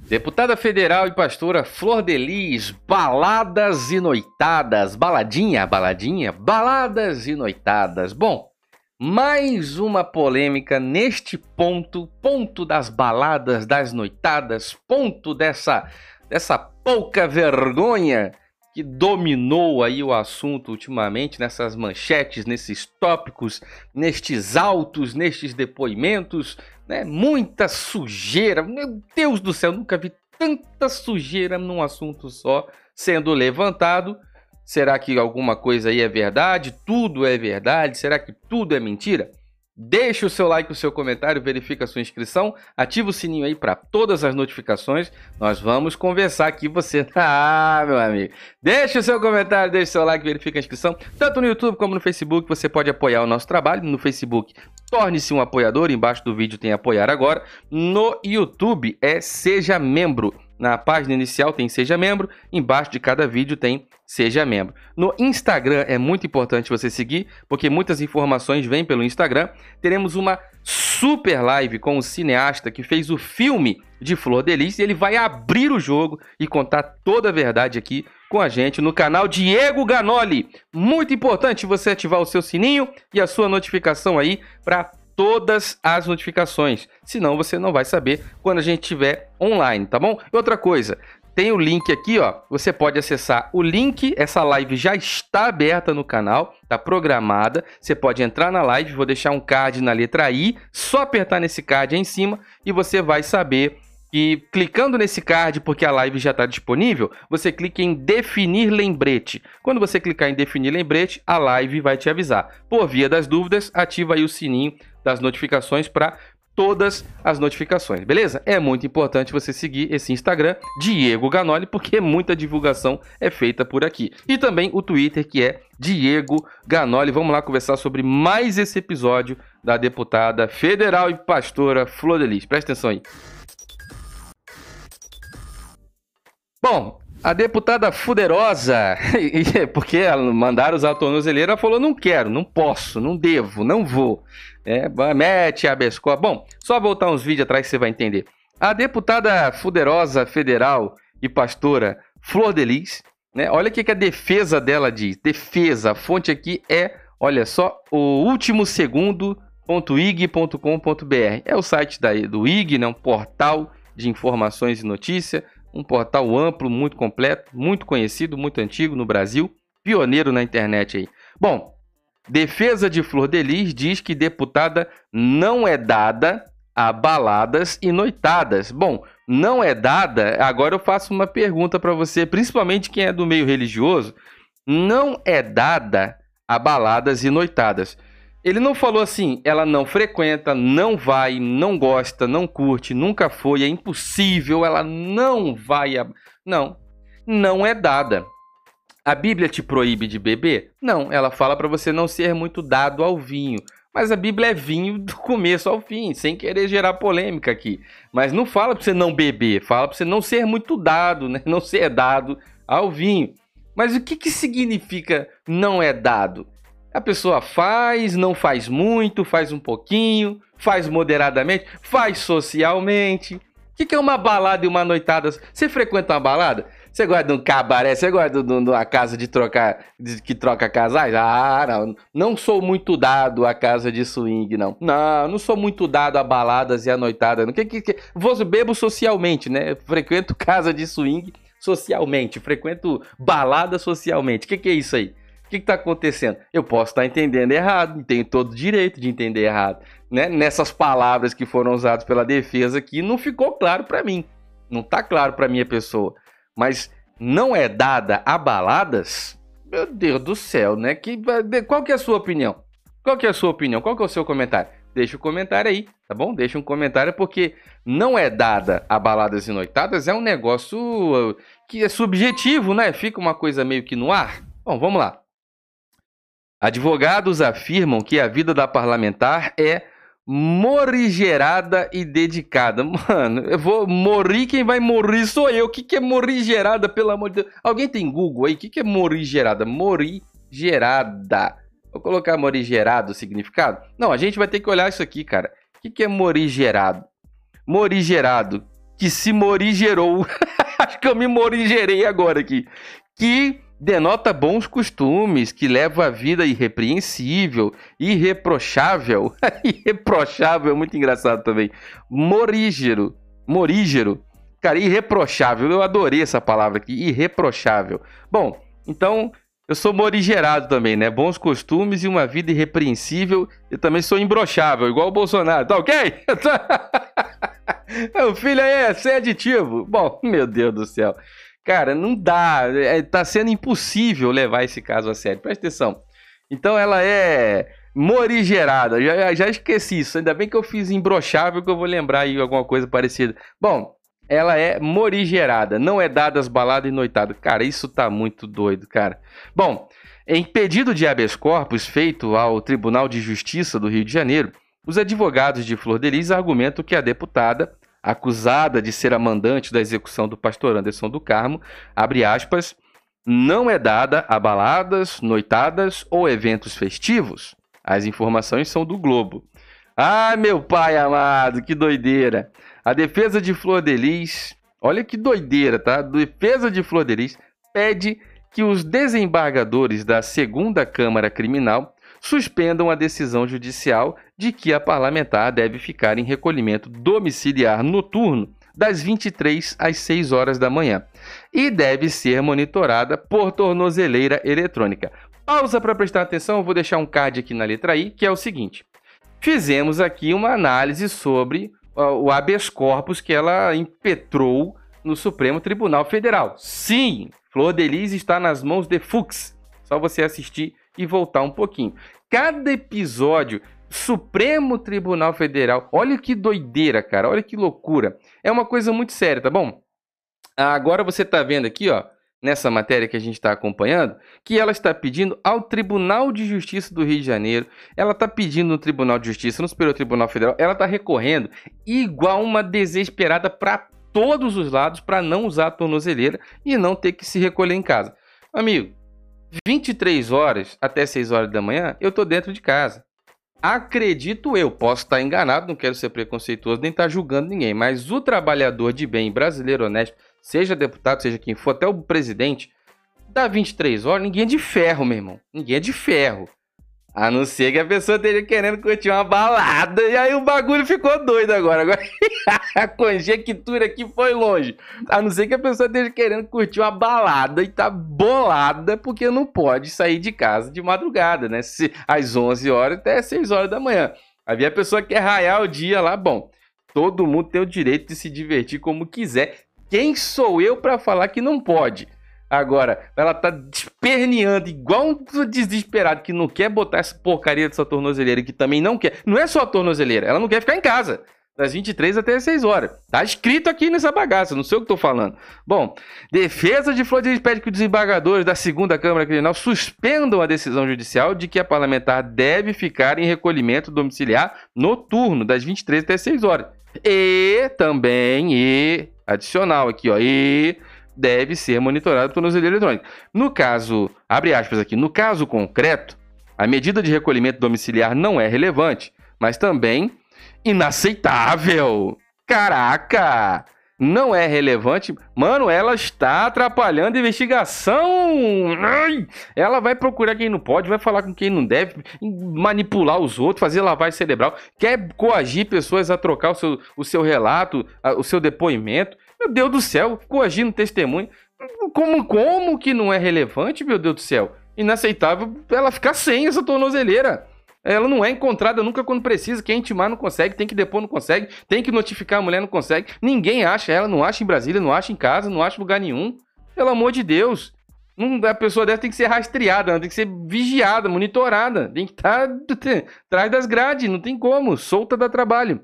Deputada federal e pastora Flor de Lis, baladas e noitadas. Baladinha, baladas e noitadas. Bom, mais uma polêmica neste ponto das baladas, das noitadas, ponto dessa pouca vergonha que dominou aí o assunto ultimamente, nessas manchetes, nesses tópicos, nestes autos, nestes depoimentos, né? Muita sujeira, meu Deus do céu, nunca vi tanta sujeira num assunto só sendo levantado. Será que alguma coisa aí é verdade? Tudo é verdade? Será que tudo é mentira? Deixa o seu like, o seu comentário, verifica a sua inscrição, ativa o sininho aí para todas as notificações. Nós vamos conversar aqui, você... Ah, meu amigo! Deixa o seu comentário, deixa o seu like, verifica a inscrição. Tanto no YouTube como no Facebook, você pode apoiar o nosso trabalho. No Facebook, torne-se um apoiador, embaixo do vídeo tem apoiar agora. No YouTube é Seja Membro. Na página inicial tem Seja Membro, embaixo de cada vídeo tem Seja Membro. No Instagram é muito importante você seguir, porque muitas informações vêm pelo Instagram. Teremos uma super live com o cineasta que fez o filme de Flor de Lis, e ele vai abrir o jogo e contar toda a verdade aqui com a gente no canal Diego Ganoli. Muito importante você ativar o seu sininho e a sua notificação aí para todas as notificações, senão você não vai saber quando a gente estiver online, tá bom? E outra coisa, tem o link aqui, ó, você pode acessar o link, essa live já está aberta no canal, tá programada, você pode entrar na live, vou deixar um card na letra I, só apertar nesse card aí em cima e você vai saber que clicando nesse card, porque a live já está disponível, você clica em definir lembrete. Quando você clicar em definir lembrete, a live vai te avisar. Por via das dúvidas, ativa aí o sininho das notificações para todas as notificações, beleza? É muito importante você seguir esse Instagram, Diego Ganoli, porque muita divulgação é feita por aqui. E também o Twitter, que é Diego Ganoli. Vamos lá conversar sobre mais esse episódio da deputada federal e pastora Flor de Lis. Presta atenção aí. Bom, a deputada fuderosa, porque mandaram usar a tornozeleira, ela falou, não quero, não posso, não devo, não vou. Mete habeas corpus. Bom, só voltar uns vídeos atrás que você vai entender. A deputada fuderosa federal e pastora Flor de Lis, né? Olha o que a defesa dela diz. Defesa, a fonte aqui é, olha só, o ultimosegundo.ig.com.br. É o site do IG, né? Um portal de informações e notícia. Um portal amplo, muito completo, muito conhecido, muito antigo no Brasil, pioneiro na internet aí. Bom, defesa de Flor de Lis diz que deputada não é dada a baladas e noitadas. Bom, não é dada, agora eu faço uma pergunta para você, principalmente quem é do meio religioso, não é dada a baladas e noitadas. Ele não falou assim, ela não frequenta, não vai, não gosta, não curte, nunca foi, é impossível, ela não vai... Não, não é dada. A Bíblia te proíbe de beber? Não, ela fala para você não ser muito dado ao vinho. Mas a Bíblia é vinho do começo ao fim, sem querer gerar polêmica aqui. Mas não fala para você não beber, fala para você não ser muito dado, né? Não ser dado ao vinho. Mas o que significa não é dado? A pessoa faz, não faz muito, faz um pouquinho, faz moderadamente, faz socialmente. O que é uma balada e uma noitada? Você frequenta uma balada? Você gosta de um cabaré? Você gosta de uma casa que troca casais? Ah, não. Não sou muito dado à casa de swing, não. Não sou muito dado a baladas e a noitada. Bebo socialmente, né? Frequento casa de swing socialmente. Frequento balada socialmente. O que é isso aí? O que está acontecendo? Eu posso estar entendendo errado, tenho todo o direito de entender errado, né? Nessas palavras que foram usadas pela defesa aqui, não ficou claro para mim. Não está claro para minha pessoa. Mas não é dada a baladas? Meu Deus do céu, né? Qual que é a sua opinião? Qual que é a sua opinião? Qual que é o seu comentário? Deixa o comentário aí, tá bom? Deixa um comentário, porque não é dada a baladas e noitadas, é um negócio que é subjetivo, né? Fica uma coisa meio que no ar. Bom, vamos lá. Advogados afirmam que a vida da parlamentar é morigerada e dedicada. Mano, eu vou morrer, quem vai morrer sou eu. O que é morigerada, pelo amor de Deus? Alguém tem Google aí? O que é morigerada? Morigerada. Vou colocar morigerado o significado? Não, a gente vai ter que olhar isso aqui, cara. O que é morigerado? Morigerado. O que se morigerou. Acho que eu me morigerei agora aqui. Que denota bons costumes, que leva a vida irrepreensível, irreprochável. Irreprochável é muito engraçado também. Morígero. Cara, irreprochável. Eu adorei essa palavra aqui, irreprochável. Bom, então eu sou morigerado também, né? Bons costumes e uma vida irrepreensível. Eu também sou imbrochável, igual o Bolsonaro. Tá ok? O filho aí é sem aditivo. Bom, meu Deus do céu. Cara, não dá. Tá sendo impossível levar esse caso a sério. Presta atenção. Então ela é morigerada. Já esqueci isso. Ainda bem que eu fiz imbrochável, que eu vou lembrar aí alguma coisa parecida. Bom, ela é morigerada. Não é dada às baladas e noitadas. Cara, isso tá muito doido, cara. Bom, em pedido de habeas corpus feito ao Tribunal de Justiça do Rio de Janeiro, os advogados de Flor de Lis argumentam que a deputada, acusada de ser a mandante da execução do pastor Anderson do Carmo, abre aspas, não é dada a baladas, noitadas ou eventos festivos. As informações são do Globo. Ai, meu pai amado, que doideira. A defesa de Flor de Lis, olha que doideira, tá? A defesa de Flor de Lis pede que os desembargadores da segunda Câmara Criminal suspendam a decisão judicial de que a parlamentar deve ficar em recolhimento domiciliar noturno das 23 às 6 horas da manhã e deve ser monitorada por tornozeleira eletrônica. Pausa para prestar atenção, eu vou deixar um card aqui na letra I, que é o seguinte. Fizemos aqui uma análise sobre o habeas corpus que ela impetrou no Supremo Tribunal Federal. Sim, Flor de Lis está nas mãos de Fux. Só você assistir e voltar um pouquinho. Cada episódio, Supremo Tribunal Federal, olha que doideira, cara, olha que loucura. É uma coisa muito séria, tá bom? Agora você está vendo aqui, ó, nessa matéria que a gente está acompanhando, que ela está pedindo ao Tribunal de Justiça do Rio de Janeiro, ela está pedindo no Tribunal de Justiça, no Superior Tribunal Federal, ela está recorrendo igual uma desesperada para todos os lados para não usar a tornozeleira e não ter que se recolher em casa. Amigo, 23 horas até 6 horas da manhã, eu tô dentro de casa. Acredito eu, posso estar enganado, não quero ser preconceituoso, nem estar julgando ninguém, mas o trabalhador de bem brasileiro honesto, seja deputado, seja quem for, até o presidente, dá 23 horas, ninguém é de ferro, meu irmão. Ninguém é de ferro. A não ser que a pessoa esteja querendo curtir uma balada. E aí o bagulho ficou doido agora. A conjectura aqui foi longe. A não ser que a pessoa esteja querendo curtir uma balada e tá bolada porque não pode sair de casa de madrugada, né? Às 11 horas até 6 horas da manhã. Havia a pessoa que quer raiar o dia lá. Bom, todo mundo tem o direito de se divertir como quiser. Quem sou eu para falar que não pode? Agora, ela tá esperneando igual um desesperado que não quer botar essa porcaria dessa tornozeleira, que também não quer. Não é só a tornozeleira, ela não quer ficar em casa. Das 23 até as 6 horas. Tá escrito aqui nessa bagaça, não sei o que tô falando. Bom, defesa de Flor de Lis pede que os desembargadores da segunda Câmara Criminal suspendam a decisão judicial de que a parlamentar deve ficar em recolhimento domiciliar noturno, das 23 até as 6 horas. E também, adicional aqui, ó, deve ser monitorado por tornozeleira eletrônica. No caso, abre aspas aqui, no caso concreto, a medida de recolhimento domiciliar não é relevante, mas também inaceitável. Caraca! Não é relevante. Mano, ela está atrapalhando a investigação. Ai! Ela vai procurar quem não pode, vai falar com quem não deve, manipular os outros, fazer lavagem cerebral, quer coagir pessoas a trocar o seu relato, o seu depoimento. Meu Deus do céu, coagindo testemunho. Como que não é relevante, meu Deus do céu? Inaceitável ela ficar sem essa tornozeleira. Ela não é encontrada nunca quando precisa. Quem intimar não consegue, tem que depor não consegue, tem que notificar a mulher não consegue. Ninguém acha ela, não acha em Brasília, não acha em casa, não acha em lugar nenhum. Pelo amor de Deus. A pessoa dessa tem que ser rastreada, ela tem que ser vigiada, monitorada. Tem que estar atrás das grades, não tem como. Solta dá trabalho.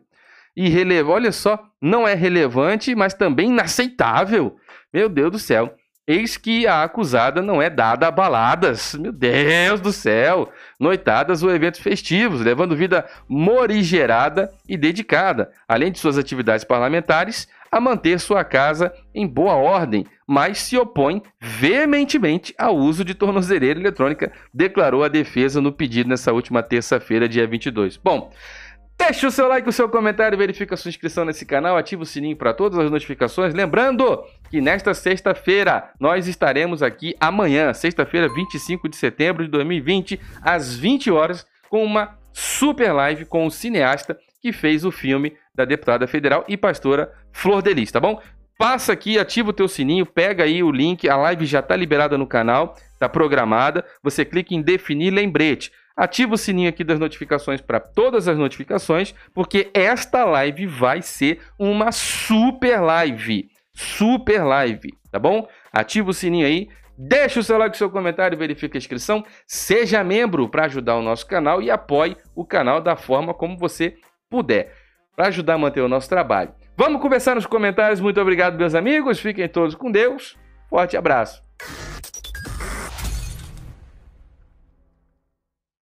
Olha só, não é relevante, mas também inaceitável. Meu Deus do céu. Eis que a acusada não é dada a baladas, meu Deus do céu, noitadas ou eventos festivos, levando vida morigerada e dedicada, além de suas atividades parlamentares, a manter sua casa em boa ordem, mas se opõe veementemente ao uso de tornozeleira eletrônica, declarou a defesa no pedido nessa última terça-feira, dia 22. Bom, Deixa o seu like, o seu comentário, verifica a sua inscrição nesse canal, ativa o sininho para todas as notificações. Lembrando que nesta sexta-feira nós estaremos aqui amanhã, sexta-feira, 25 de setembro de 2020, às 20 horas, com uma super live com o cineasta que fez o filme da deputada federal e pastora Flor de Lis, tá bom? Passa aqui, ativa o teu sininho, pega aí o link, a live já está liberada no canal, está programada, você clica em definir lembrete. Ativa o sininho aqui das notificações para todas as notificações, porque esta live vai ser uma super live, tá bom? Ativa o sininho aí, deixa o seu like, o seu comentário, verifica a inscrição, seja membro para ajudar o nosso canal e apoie o canal da forma como você puder, para ajudar a manter o nosso trabalho. Vamos conversar nos comentários, muito obrigado meus amigos, fiquem todos com Deus, forte abraço.